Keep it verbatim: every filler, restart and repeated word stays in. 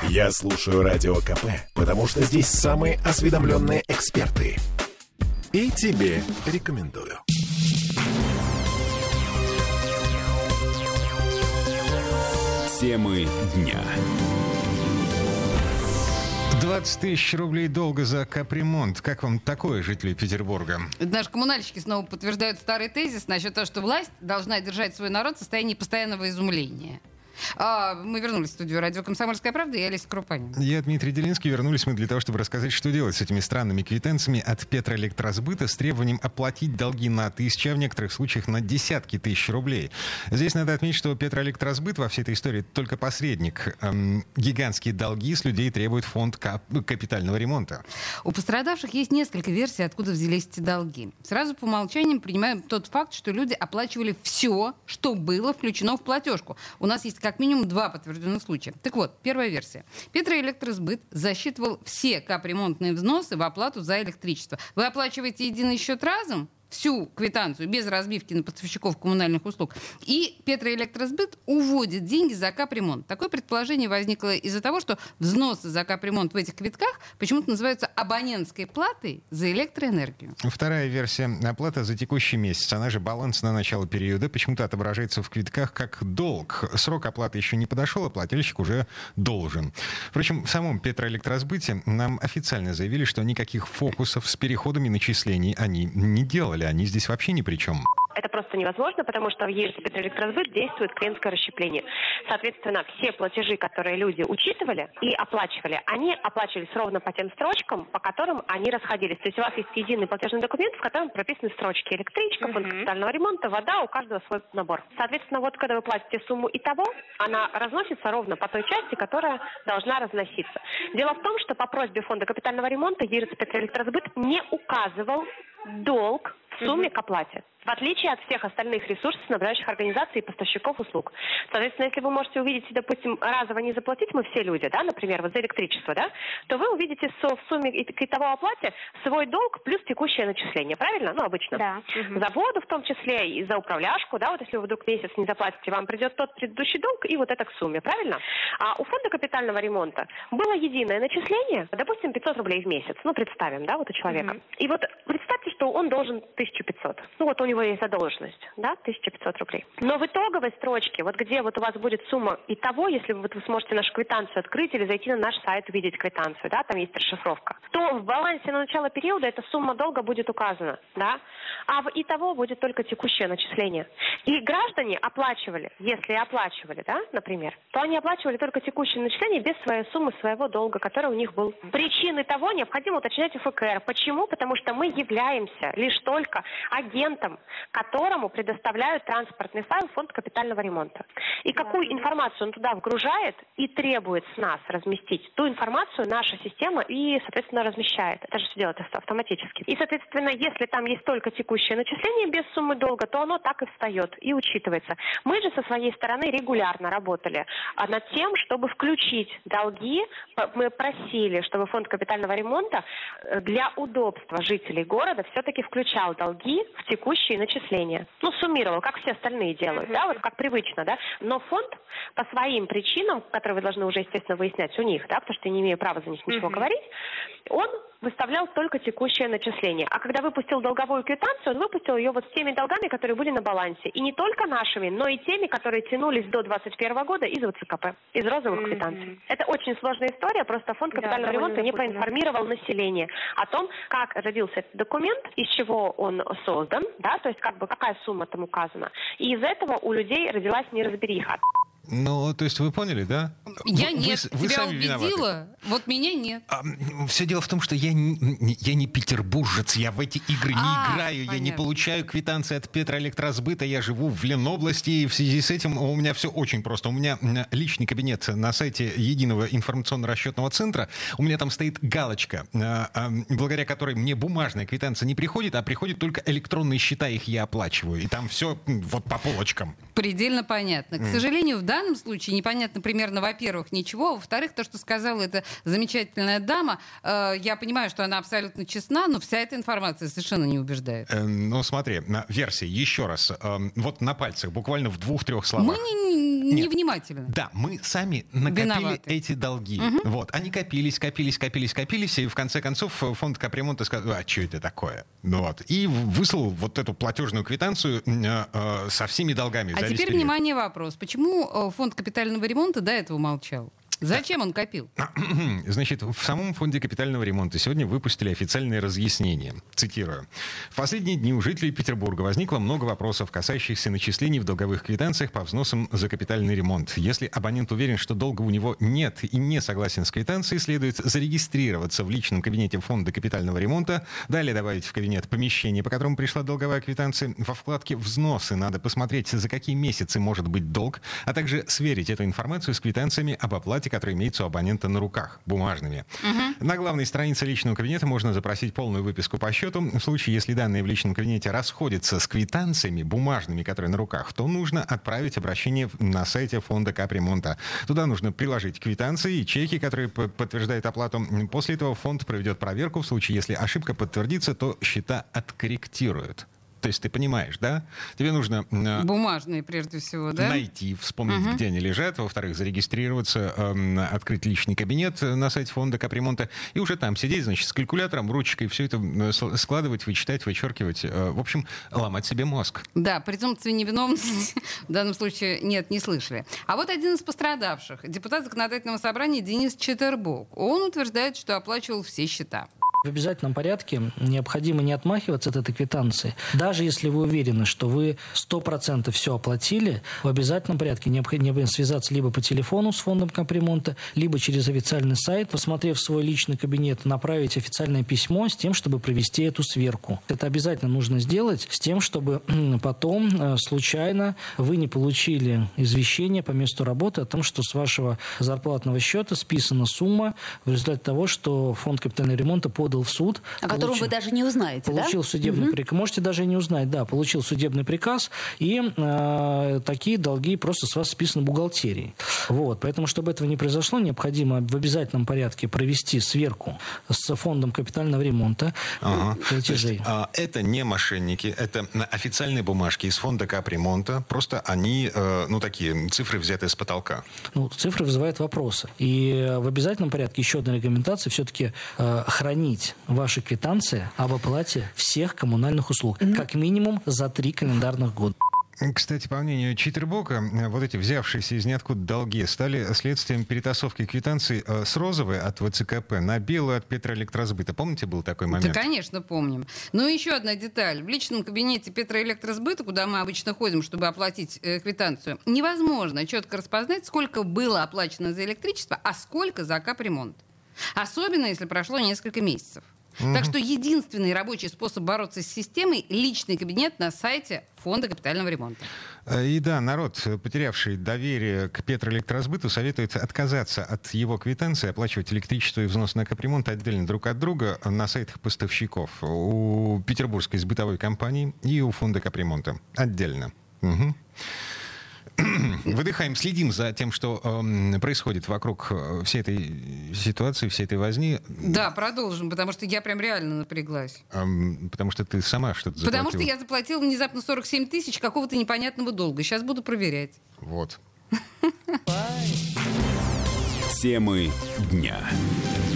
Я слушаю Радио КП, потому что здесь самые осведомленные эксперты. И тебе рекомендую. Темы дня. двадцать тысяч рублей долга за капремонт. Как вам такое, жители Петербурга? Наши коммунальщики снова подтверждают старый тезис насчет того, что власть должна держать свой народ в состоянии постоянного изумления. А, мы вернулись в студию радио «Комсомольская правда» и Олеся Крупанин. Я Дмитрий Делинский. Вернулись мы для того, чтобы рассказать, что делать с этими странными квитанциями от Петроэлектросбыта с требованием оплатить долги на тысячи, а в некоторых случаях на десятки тысяч рублей. Здесь надо отметить, что Петроэлектросбыт во всей этой истории только посредник. Эм, гигантские долги с людей требует фонд кап- капитального ремонта. У пострадавших есть несколько версий, откуда взялись эти долги. Сразу по умолчанию принимаем тот факт, что люди оплачивали все, что было включено в платежку. У нас есть как минимум два подтвержденных случая. Так вот, первая версия. Петроэлектросбыт засчитывал все капремонтные взносы в оплату за электричество. Вы оплачиваете единый счет разом, всю квитанцию, без разбивки на поставщиков коммунальных услуг. И Петроэлектросбыт уводит деньги за капремонт. Такое предположение возникло из-за того, что взносы за капремонт в этих квитках почему-то называются абонентской платой за электроэнергию. Вторая версия. Оплата за текущий месяц, она же баланс на начало периода, почему-то отображается в квитках как долг. Срок оплаты еще не подошел, а плательщик уже должен. Впрочем, в самом Петроэлектросбыте нам официально заявили, что никаких фокусов с переходами начислений они не делали. Они здесь вообще ни при чем. Это просто невозможно, потому что в ЕС Петроэлектросбыт действует клиентское расщепление. Соответственно, все платежи, которые люди учитывали и оплачивали, они оплачивались ровно по тем строчкам, по которым они расходились. То есть у вас есть единый платежный документ, в котором прописаны строчки: электричка, фонд капитального ремонта, вода, у каждого свой набор. Соответственно, вот когда вы платите сумму итого, она разносится ровно по той части, которая должна разноситься. Дело в том, что по просьбе фонда капитального ремонта ЕС Петроэлектросбыт не указывал долг в сумме к оплате, в отличие от всех остальных ресурсоснабжающих организаций и поставщиков услуг. Соответственно, если вы можете увидеть, допустим, разово не заплатить, мы все люди, да, например, вот за электричество, да, то вы увидите в сумме к итого оплате свой долг плюс текущее начисление, правильно? Ну, обычно. Да. За воду в том числе и за управляшку, да, вот если вы вдруг месяц не заплатите, вам придет тот предыдущий долг и вот это к сумме, правильно? А у фонда капитального ремонта было единое начисление, допустим, пятьсот рублей в месяц, ну, представим, да, вот у человека. Mm-hmm. И вот представьте, что он должен тысяча пятьсот. Ну, вот у него есть задолженность, да, тысяча пятьсот рублей. Но в итоговой строчке, вот где вот у вас будет сумма итого, если вот вы сможете нашу квитанцию открыть или зайти на наш сайт, увидеть квитанцию, да, там есть расшифровка, то в балансе на начало периода эта сумма долга будет указана, да, а в итого будет только текущее начисление. И граждане оплачивали, если оплачивали, да, например, то они оплачивали только текущее начисление без своей суммы, своего долга, который у них был. Причины того необходимо уточнять у ФКР. Почему? Потому что мы являемся лишь только агентом, которому предоставляют транспортный файл фонд капитального ремонта. И какую информацию он туда вгружает и требует с нас разместить, ту информацию наша система и, соответственно, размещает. Это же все делается автоматически. И, соответственно, если там есть только текущее начисление без суммы долга, то оно так и встает и учитывается. Мы же со своей стороны регулярно работали над тем, чтобы включить долги. Мы просили, чтобы фонд капитального ремонта для удобства жителей города все-таки включал долги в текущие начисления. Ну, суммировал, как все остальные делают, да, вот как привычно, да. Но фонд по своим причинам, которые вы должны уже, естественно, выяснять у них, да, потому что я не имею права за них ничего mm-hmm. говорить, он выставлял только текущее начисление. А когда выпустил долговую квитанцию, он выпустил ее вот с теми долгами, которые были на балансе. И не только нашими, но и теми, которые тянулись до двадцать первого года из ВЦКП, из розовых mm-hmm. квитанций. Это очень сложная история, просто фонд капитального да, ремонта не проинформировал население о том, как родился этот документ, из чего он создан, да, то есть как бы какая сумма там указана. И из этого у людей родилась неразбериха. Ну, то есть вы поняли, да? Я вы, нет. вы, вы Тебя убедила, виноваты. Вот меня нет. А, все дело в том, что я не, я не петербуржец, я в эти игры не а, играю, понятно. Я не получаю квитанции от Петроэлектросбыта, я живу в Ленобласти, и в связи с этим у меня все очень просто. У меня личный кабинет на сайте Единого информационно-расчетного центра, у меня там стоит галочка, благодаря которой мне бумажная квитанция не приходит, а приходят только электронные счета, их я оплачиваю, и там все вот по полочкам. Предельно понятно. К сожалению, в данном данном случае непонятно примерно, во-первых, ничего, во-вторых, то, что сказала эта замечательная дама, э, я понимаю, что она абсолютно честна, но вся эта информация совершенно не убеждает. Э, ну, смотри, версия, еще раз, э, вот на пальцах, буквально в двух-трех словах. Мы не, не внимательны. Да, мы сами накопили Виноваты. эти долги. Угу. Вот, они копились, копились, копились, копились, и в конце концов фонд капремонта сказал, а что это такое? Ну, вот, и выслал вот эту платежную квитанцию э, э, со всеми долгами. А теперь, внимание, вопрос. Почему фонд капитального ремонта до этого молчал? Зачем он копил? Значит, в самом фонде капитального ремонта сегодня выпустили официальное разъяснение. Цитирую. В последние дни у жителей Петербурга возникло много вопросов, касающихся начислений в долговых квитанциях по взносам за капитальный ремонт. Если абонент уверен, что долга у него нет и не согласен с квитанцией, следует зарегистрироваться в личном кабинете фонда капитального ремонта, далее добавить в кабинет помещение, по которому пришла долговая квитанция. Во вкладке «Взносы» надо посмотреть, за какие месяцы может быть долг, а также сверить эту информацию с квитанциями об оплате, которые имеются у абонента на руках, бумажными. Угу. На главной странице личного кабинета можно запросить полную выписку по счету. В случае, если данные в личном кабинете расходятся с квитанциями бумажными, которые на руках, то нужно отправить обращение на сайте фонда капремонта. Туда нужно приложить квитанции и чеки, которые подтверждают оплату. После этого фонд проведет проверку. В случае, если ошибка подтвердится, то счета откорректируют. То есть ты понимаешь, да? Тебе нужно... Э, Бумажные, прежде всего, да? Найти, вспомнить, угу. где они лежат. Во-вторых, зарегистрироваться, э, открыть личный кабинет на сайте фонда капремонта. И уже там сидеть, значит, с калькулятором, ручкой, все это складывать, вычитать, вычеркивать. Э, в общем, ломать себе мозг. Да, презумпции невиновности в данном случае нет, не слышали. А вот один из пострадавших, депутат Законодательного собрания Денис Четербок. Он утверждает, что оплачивал все счета. В обязательном порядке необходимо не отмахиваться от этой квитанции. Даже если вы уверены, что вы сто процентов все оплатили, в обязательном порядке необходимо связаться либо по телефону с фондом капремонта, либо через официальный сайт, посмотрев свой личный кабинет, направить официальное письмо с тем, чтобы провести эту сверку. Это обязательно нужно сделать с тем, чтобы потом случайно вы не получили извещение по месту работы о том, что с вашего зарплатного счета списана сумма в результате того, что фонд капитального ремонта подал в суд. О котором получил, вы даже не узнаете, получил да? судебный угу. приказ. Можете даже и не узнать, да. Получил судебный приказ, и э, такие долги просто с вас списаны бухгалтерией. Вот. Поэтому, чтобы этого не произошло, необходимо в обязательном порядке провести сверку с фондом капитального ремонта ага. платежей. То есть, а, это не мошенники, это официальные бумажки из фонда капремонта. Просто они, э, ну, такие цифры, взятые с потолка. Ну, цифры вызывают вопросы. И в обязательном порядке еще одна рекомендация все-таки э, хранить ваши квитанции об оплате всех коммунальных услуг. Mm-hmm. Как минимум за три календарных года. Кстати, по мнению Четербока, вот эти взявшиеся из ниоткуда долги стали следствием перетасовки квитанций с розовой от ВЦКП на белую от Петроэлектросбыта. Помните, был такой момент? Да, конечно, помним. Но еще одна деталь. В личном кабинете Петроэлектросбыта, куда мы обычно ходим, чтобы оплатить э, квитанцию, невозможно четко распознать, сколько было оплачено за электричество, а сколько за капремонт. Особенно, если прошло несколько месяцев. Mm-hmm. Так что единственный рабочий способ бороться с системой — личный кабинет на сайте фонда капитального ремонта. И да, народ, потерявший доверие к Петроэлектросбыту, советует отказаться от его квитанции, оплачивать электричество и взнос на капремонт отдельно друг от друга на сайтах поставщиков. У Петербургской сбытовой компании и у фонда капремонта. Отдельно. Угу. Выдыхаем, следим за тем, что э, происходит вокруг всей этой ситуации, всей этой возни. Да, продолжим, потому что я прям реально напряглась. Э, потому что ты сама что-то заплатила. Потому что я заплатила внезапно сорок семь тысяч какого-то непонятного долга. Сейчас буду проверять. Вот. Темы дня.